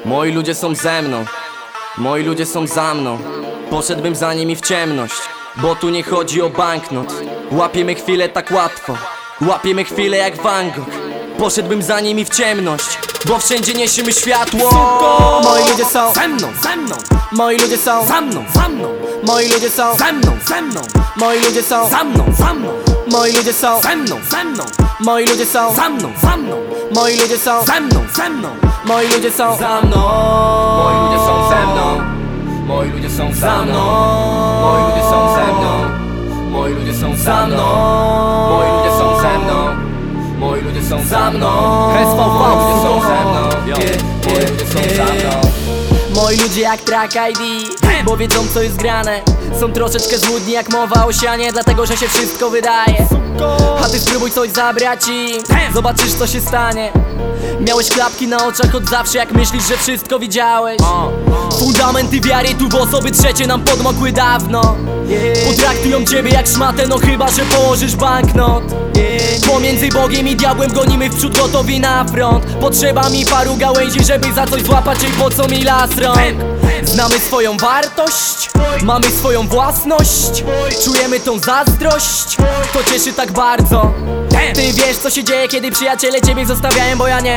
Moi ludzie są ze mną, moi ludzie są za mną. Poszedłbym za nimi w ciemność, bo tu nie chodzi o banknot. Łapiemy chwilę tak łatwo, łapiemy chwilę jak Van Gogh. Poszedłbym za nimi w ciemność, bo wszędzie niesiemy światło. Suko! Moi ludzie są ze mną, ze mną. moi ludzie są Za mną, za mną. moi ludzie są Ze mną, ze mną. moi ludzie są Za mną, za mną. moi ludzie są Ze mną, ze mną. moi ludzie są Za mną, za mną. moi ludzie są Ze mną, ze mną. moi ludzie są Za mną. moi ludzie są ze mną, moi ludzie są za mną, moi ludzie są ze mną, moi ludzie są za mną, moi ludzie są ze mną, moi ludzie są za mną, moi ludzie są ze mną, moi ludzie są za mną. Moi ludzie jak Track ID, bo wiedzą co jest grane. Są troszeczkę złudni jak mowa o sianie, dlatego że się wszystko wydaje. A ty spróbuj coś zabrać i zobaczysz co się stanie. Miałeś klapki na oczach od zawsze, jak myślisz, że wszystko widziałeś. Fundamenty wiary tu w osoby trzecie nam podmokły dawno. Potraktują ciebie jak szmatę, no chyba, że położysz banknot. Pomiędzy Bogiem i diabłem gonimy w przód gotowi na front. Potrzeba mi paru gałęzi, żeby za coś złapać i po co mi las rąk. Znamy swoją wartość, mamy swoją własność. Czujemy tą zazdrość, to cieszy tak bardzo. Ty wiesz co się dzieje, kiedy przyjaciele ciebie zostawiają, bo ja nie.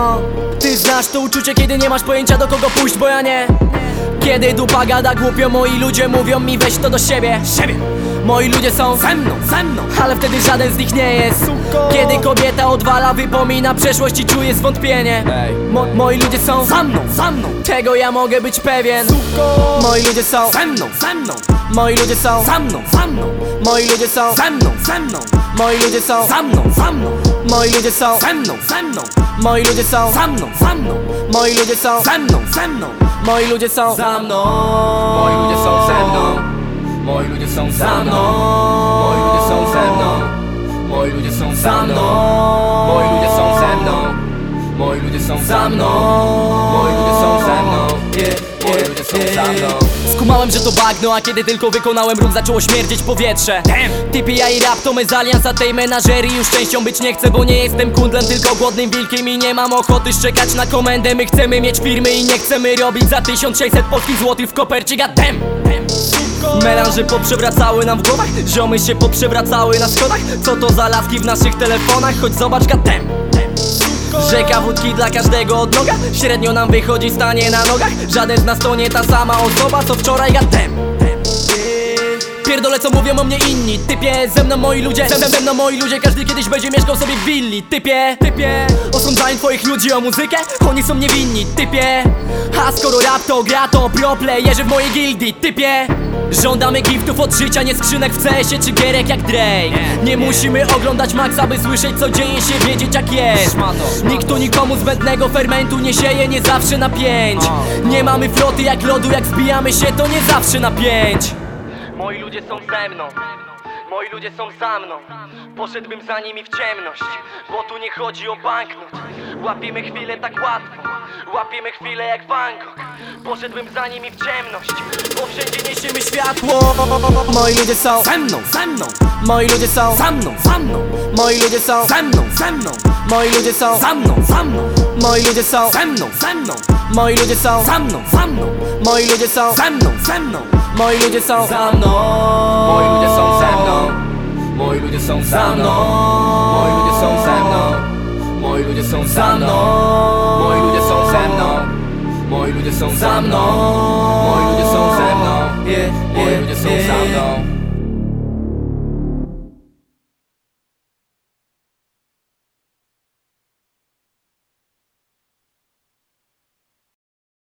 Ty znasz to uczucie, kiedy nie masz pojęcia do kogo pójść, bo ja nie. Kiedy dupa gada głupio, moi ludzie mówią mi weź to do siebie. Moi ludzie są Ze mną, ze mną. ale wtedy żaden z nich nie jest. Kiedy kobieta odwala, wypomina przeszłość i czuje zwątpienie. Moi ludzie są Za mną, za mną. tego ja mogę być pewien. Moi ludzie są Ze mną, ze mną. moi ludzie są Za mną, za mną. moi ludzie są Ze mną, ze mną. moi ludzie są Za mną, za mną. moi ludzie są Ze mną, ze mną. moi ludzie są Za mną, za mną. moi ludzie są Ze mną, ze mną. moi ludzie są Za mną. moi ludzie są ze mną, moi ludzie są za mną, moi ludzie są ze mną, moi ludzie są za mną, moi ludzie są ze mną, moi ludzie są za mną, moi ludzie są ze mną, moi ludzie są za mną. Skumałem, że to bagno, a kiedy tylko wykonałem ruch, zaczęło śmierdzieć powietrze. Typie ja i rap to mezalians, a tej menażerii już częścią być nie chcę, bo nie jestem kundlem, tylko głodnym wilkiem i nie mam ochoty szczekać na komendę. My chcemy mieć firmy i nie chcemy robić za 1600 polskich złotych w kopercie, goddamn. Melanże poprzewracały nam w głowach, ziomy się poprzewracały na schodach. Co to za laski w naszych telefonach, choć zobacz, goddamn. Rzeka wódki dla każdego odnoga, średnio nam wychodzi stanie na nogach. Żaden z nas to nie ta sama osoba, co wczoraj, goddamn. Pierdolę co mówią o mnie inni. Typie, ze mną moi ludzie, ze mną moi ludzie. Każdy kiedyś będzie mieszkał sobie w willi. Typie, osądzają twoich ludzi o muzykę, oni są niewinni. Typie, a skoro rap to gra, to pro playerzy w mojej gildii. Typie, żądamy giftów od życia, nie skrzynek w CS-ie czy gierek jak Drake. Nie musimy oglądać Maxa, by słyszeć co dzieje się, wiedzieć jak jest. Nikt tu nikomu zbędnego fermentu nie sieje, nie zawsze na 5. Nie mamy floty jak lodu, jak zbijamy się to nie zawsze na 5. Moi ludzie są ze mną, moi ludzie są za mną. Poszedłbym za nimi w ciemność, bo tu nie chodzi o banknot. Łapiemy chwilę tak łatwo, łapiemy chwilę jak Van Gogh. Poszedłbym za nimi w ciemność, bo wszędzie niesiemy światło. Moi ludzie są Ze mną, ze mną. moi ludzie są Za mną, za mną. moi ludzie są Ze mną, ze mną. moi ludzie są Za mną, za mną. moi ludzie są Ze mną, ze mną. moi ludzie są Za mną, za mną. moi ludzie są Ze mną, ze mną. moi ludzie są Za mną. moi ludzie są ze mną, moi ludzie są za mną, moi ludzie są ze mną, moi ludzie są za mną, moi ludzie są ze mną, moi ludzie są za mną, moi ludzie są ze mną, moi ludzie są za mną.